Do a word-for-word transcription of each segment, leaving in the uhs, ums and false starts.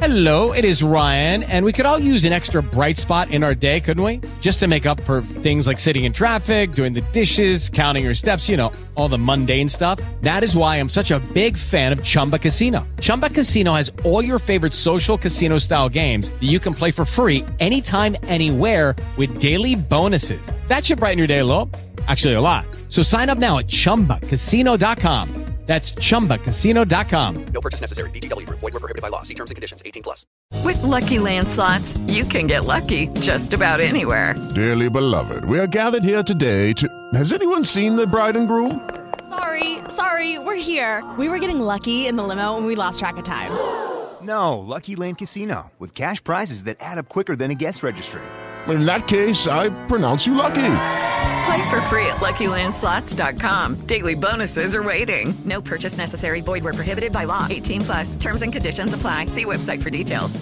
Hello, it is Ryan, and we could all use an extra bright spot in our day, couldn't we? Just to make up for things like sitting in traffic, doing the dishes, counting your steps, you know, all the mundane stuff. That is why I'm such a big fan of Chumba Casino. Chumba Casino has all your favorite social casino-style games that you can play for free anytime, anywhere with daily bonuses. That should brighten your day a little. Actually, a lot. So sign up now at chumba casino dot com. That's chumba casino dot com. No purchase necessary. V G W Group. Void where prohibited by law. See terms and conditions. eighteen plus. With Lucky Land Slots, you can get lucky just about anywhere. Dearly beloved, we are gathered here today to... Has anyone seen the bride and groom? Sorry, sorry, we're here. We were getting lucky in the limo and we lost track of time. No, Lucky Land Casino. With cash prizes that add up quicker than a guest registry. In that case, I pronounce you lucky. Play for free at lucky land slots dot com. Daily bonuses are waiting. No purchase necessary. Void where prohibited by law. eighteen plus. Terms and conditions apply. See website for details.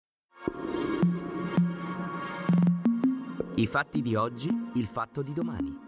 I fatti di oggi, il fatto di domani.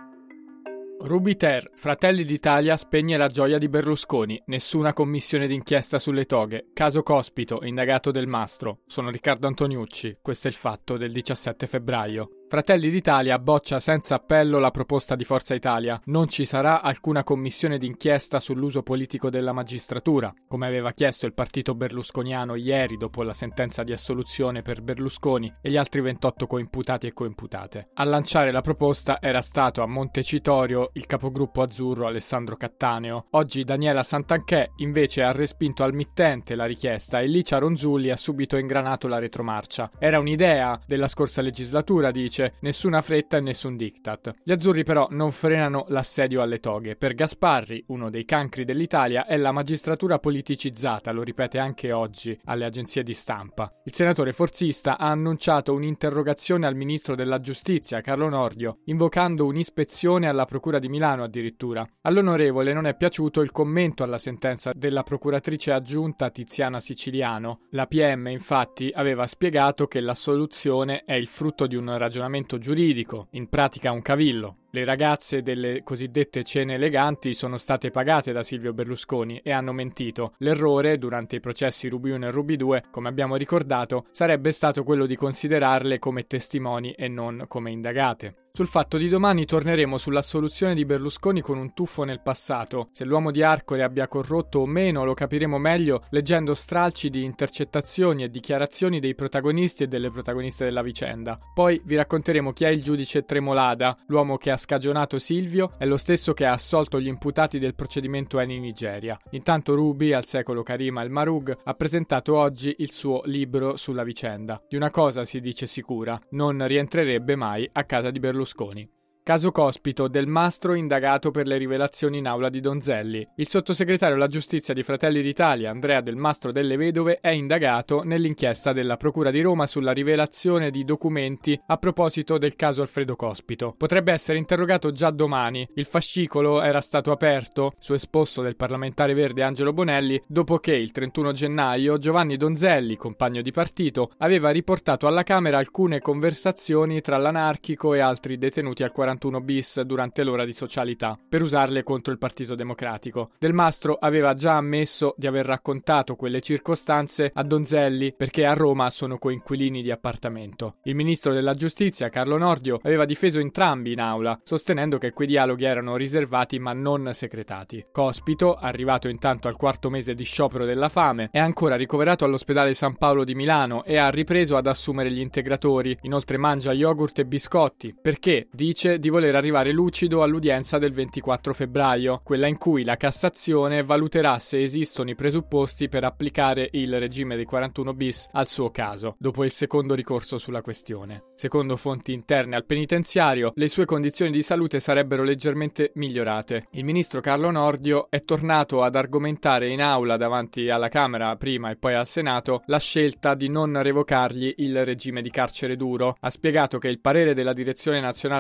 Rubiter, Fratelli d'Italia spegne la gioia di Berlusconi, nessuna commissione d'inchiesta sulle toghe, caso Cospito, indagato Del Mastro. Sono Riccardo Antoniucci, questo è il fatto del diciassette febbraio. Fratelli d'Italia boccia senza appello la proposta di Forza Italia. Non ci sarà alcuna commissione d'inchiesta sull'uso politico della magistratura, come aveva chiesto il partito berlusconiano ieri dopo la sentenza di assoluzione per Berlusconi e gli altri ventotto coimputati e coimputate. A lanciare la proposta era stato a Montecitorio il capogruppo azzurro Alessandro Cattaneo. Oggi Daniela Santanchè invece ha respinto al mittente la richiesta e Licia Ronzulli ha subito ingranato la retromarcia. Era un'idea della scorsa legislatura, dice, nessuna fretta e nessun diktat. Gli azzurri però non frenano l'assedio alle toghe. Per Gasparri, uno dei cancri dell'Italia, è la magistratura politicizzata, lo ripete anche oggi alle agenzie di stampa. Il senatore forzista ha annunciato un'interrogazione al ministro della giustizia, Carlo Nordio, invocando un'ispezione alla procura di Milano addirittura. All'onorevole non è piaciuto il commento alla sentenza della procuratrice aggiunta Tiziana Siciliano. La P M infatti aveva spiegato che l'assoluzione è il frutto di un ragionamento giuridico, in pratica un cavillo. Le ragazze delle cosiddette cene eleganti sono state pagate da Silvio Berlusconi e hanno mentito. L'errore, durante i processi Ruby uno e Ruby due, come abbiamo ricordato, sarebbe stato quello di considerarle come testimoni e non come indagate. Sul fatto di domani torneremo sull'assoluzione di Berlusconi con un tuffo nel passato. Se l'uomo di Arcore abbia corrotto o meno lo capiremo meglio leggendo stralci di intercettazioni e dichiarazioni dei protagonisti e delle protagoniste della vicenda. Poi vi racconteremo chi è il giudice Tremolada, l'uomo che ha scagionato Silvio è lo stesso che ha assolto gli imputati del procedimento Eni Nigeria. Intanto Ruby, al secolo Karima El Marug, ha presentato oggi il suo libro sulla vicenda. Di una cosa si dice sicura, non rientrerebbe mai a casa di Berlusconi. Caso Cospito, Del Mastro indagato per le rivelazioni in aula di Donzelli. Il sottosegretario alla giustizia di Fratelli d'Italia, Andrea Del Mastro delle Vedove, è indagato nell'inchiesta della Procura di Roma sulla rivelazione di documenti a proposito del caso Alfredo Cospito. Potrebbe essere interrogato già domani. Il fascicolo era stato aperto, su esposto del parlamentare verde Angelo Bonelli, dopo che il trentuno gennaio Giovanni Donzelli, compagno di partito, aveva riportato alla Camera alcune conversazioni tra l'anarchico e altri detenuti al quarantuno bis durante l'ora di socialità, per usarle contro il Partito Democratico. Del Mastro aveva già ammesso di aver raccontato quelle circostanze a Donzelli perché a Roma sono coinquilini di appartamento. Il ministro della giustizia, Carlo Nordio, aveva difeso entrambi in aula, sostenendo che quei dialoghi erano riservati ma non secretati. Cospito, arrivato intanto al quarto mese di sciopero della fame, è ancora ricoverato all'ospedale San Paolo di Milano e ha ripreso ad assumere gli integratori. Inoltre mangia yogurt e biscotti, perché, dice, di voler arrivare lucido all'udienza del ventiquattro febbraio, quella in cui la Cassazione valuterà se esistono i presupposti per applicare il regime dei quarantuno bis al suo caso, dopo il secondo ricorso sulla questione. Secondo fonti interne al penitenziario, le sue condizioni di salute sarebbero leggermente migliorate. Il ministro Carlo Nordio è tornato ad argomentare in aula davanti alla Camera prima e poi al Senato la scelta di non revocargli il regime di carcere duro. Ha spiegato che il parere della Direzione Nazionale Antimafia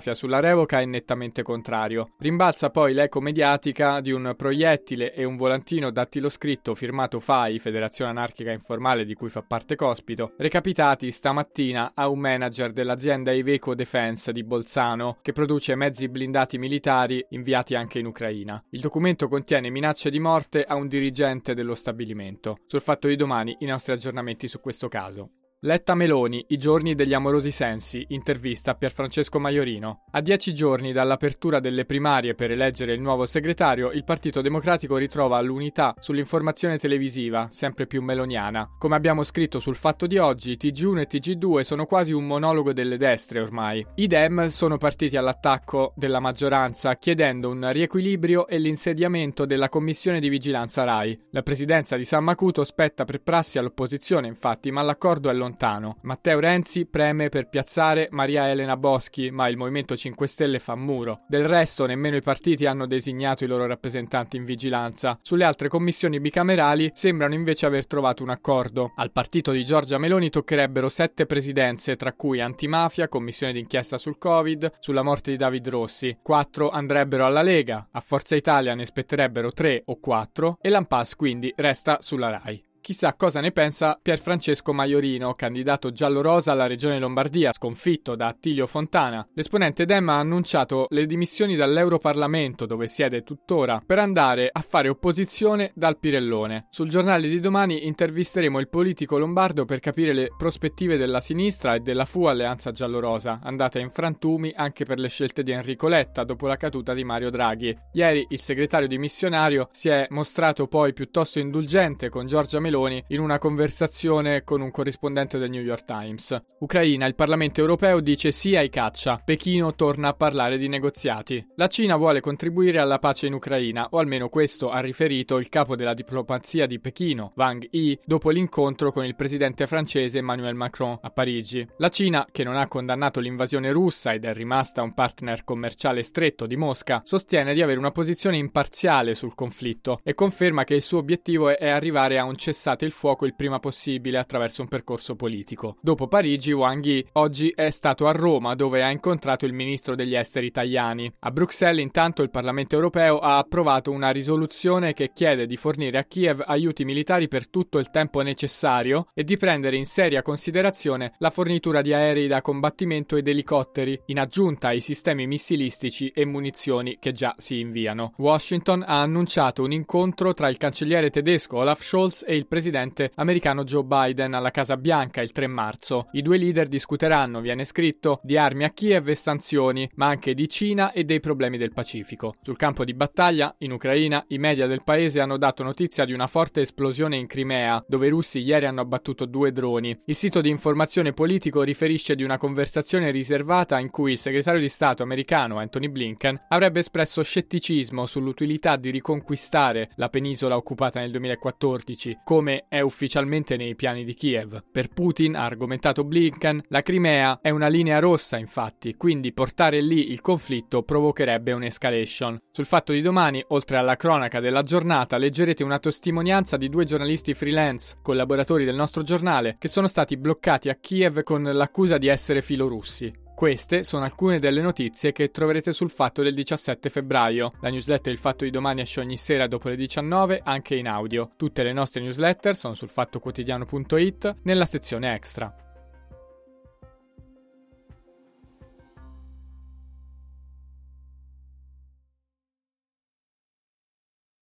antimafia sulla revoca è nettamente contrario. Rimbalza poi l'eco mediatica di un proiettile e un volantino dattiloscritto firmato F A I, Federazione Anarchica Informale di cui fa parte Cospito, recapitati stamattina a un manager dell'azienda Iveco Defense di Bolzano, che produce mezzi blindati militari inviati anche in Ucraina. Il documento contiene minacce di morte a un dirigente dello stabilimento. Sul Fatto di Domani i nostri aggiornamenti su questo caso. Letta Meloni, i giorni degli amorosi sensi, intervista a Pierfrancesco Maiorino. A dieci giorni dall'apertura delle primarie per eleggere il nuovo segretario, il Partito Democratico ritrova l'unità sull'informazione televisiva, sempre più meloniana. Come abbiamo scritto sul Fatto di oggi, T G uno e T G due sono quasi un monologo delle destre ormai. I Dem sono partiti all'attacco della maggioranza chiedendo un riequilibrio e l'insediamento della commissione di vigilanza Rai. La presidenza di San Macuto spetta per prassi all'opposizione, infatti, ma l'accordo è lontano. Matteo Renzi preme per piazzare Maria Elena Boschi, ma il Movimento cinque Stelle fa muro. Del resto, nemmeno i partiti hanno designato i loro rappresentanti in vigilanza. Sulle altre commissioni bicamerali sembrano invece aver trovato un accordo. Al partito di Giorgia Meloni toccherebbero sette presidenze, tra cui antimafia, commissione d'inchiesta sul Covid, sulla morte di David Rossi. Quattro andrebbero alla Lega, a Forza Italia ne spetterebbero tre o quattro e l'Ampass quindi resta sulla Rai. Chissà cosa ne pensa Pierfrancesco Maiorino, candidato giallorosa alla regione Lombardia, sconfitto da Attilio Fontana. L'esponente Dem ha annunciato le dimissioni dall'Europarlamento, dove siede tuttora, per andare a fare opposizione dal Pirellone. Sul Giornale di Domani intervisteremo il politico lombardo per capire le prospettive della sinistra e della Fu Alleanza Giallorosa, andata in frantumi anche per le scelte di Enrico Letta dopo la caduta di Mario Draghi. Ieri il segretario dimissionario si è mostrato poi piuttosto indulgente con Giorgia Meloni in una conversazione con un corrispondente del New York Times. Ucraina, il Parlamento europeo dice sì ai caccia. Pechino torna a parlare di negoziati. La Cina vuole contribuire alla pace in Ucraina, o almeno questo ha riferito il capo della diplomazia di Pechino, Wang Yi, dopo l'incontro con il presidente francese Emmanuel Macron a Parigi. La Cina, che non ha condannato l'invasione russa ed è rimasta un partner commerciale stretto di Mosca, sostiene di avere una posizione imparziale sul conflitto e conferma che il suo obiettivo è arrivare a un cessate il fuoco il prima possibile attraverso un percorso politico. Dopo Parigi, Wang Yi oggi è stato a Roma, dove ha incontrato il ministro degli esteri Tajani. A Bruxelles, intanto, il Parlamento europeo ha approvato una risoluzione che chiede di fornire a Kiev aiuti militari per tutto il tempo necessario e di prendere in seria considerazione la fornitura di aerei da combattimento ed elicotteri, in aggiunta ai sistemi missilistici e munizioni che già si inviano. Washington ha annunciato un incontro tra il cancelliere tedesco Olaf Scholz e il presidente americano Joe Biden alla Casa Bianca il tre marzo. I due leader discuteranno, viene scritto, di armi a Kiev e sanzioni, ma anche di Cina e dei problemi del Pacifico. Sul campo di battaglia, in Ucraina, i media del paese hanno dato notizia di una forte esplosione in Crimea, dove i russi ieri hanno abbattuto due droni. Il sito di informazione politico riferisce di una conversazione riservata in cui il segretario di Stato americano Anthony Blinken avrebbe espresso scetticismo sull'utilità di riconquistare la penisola occupata nel duemilaquattordici, come è ufficialmente nei piani di Kiev. Per Putin, ha argomentato Blinken, la Crimea è una linea rossa, infatti, quindi portare lì il conflitto provocherebbe un'escalation. Sul Fatto di Domani, oltre alla cronaca della giornata, leggerete una testimonianza di due giornalisti freelance, collaboratori del nostro giornale, che sono stati bloccati a Kiev con l'accusa di essere filorussi. Queste sono alcune delle notizie che troverete sul Fatto del diciassette febbraio. La newsletter Il Fatto di Domani esce ogni sera dopo le diciannove, anche in audio. Tutte le nostre newsletter sono sul fattoquotidiano punto it nella sezione extra.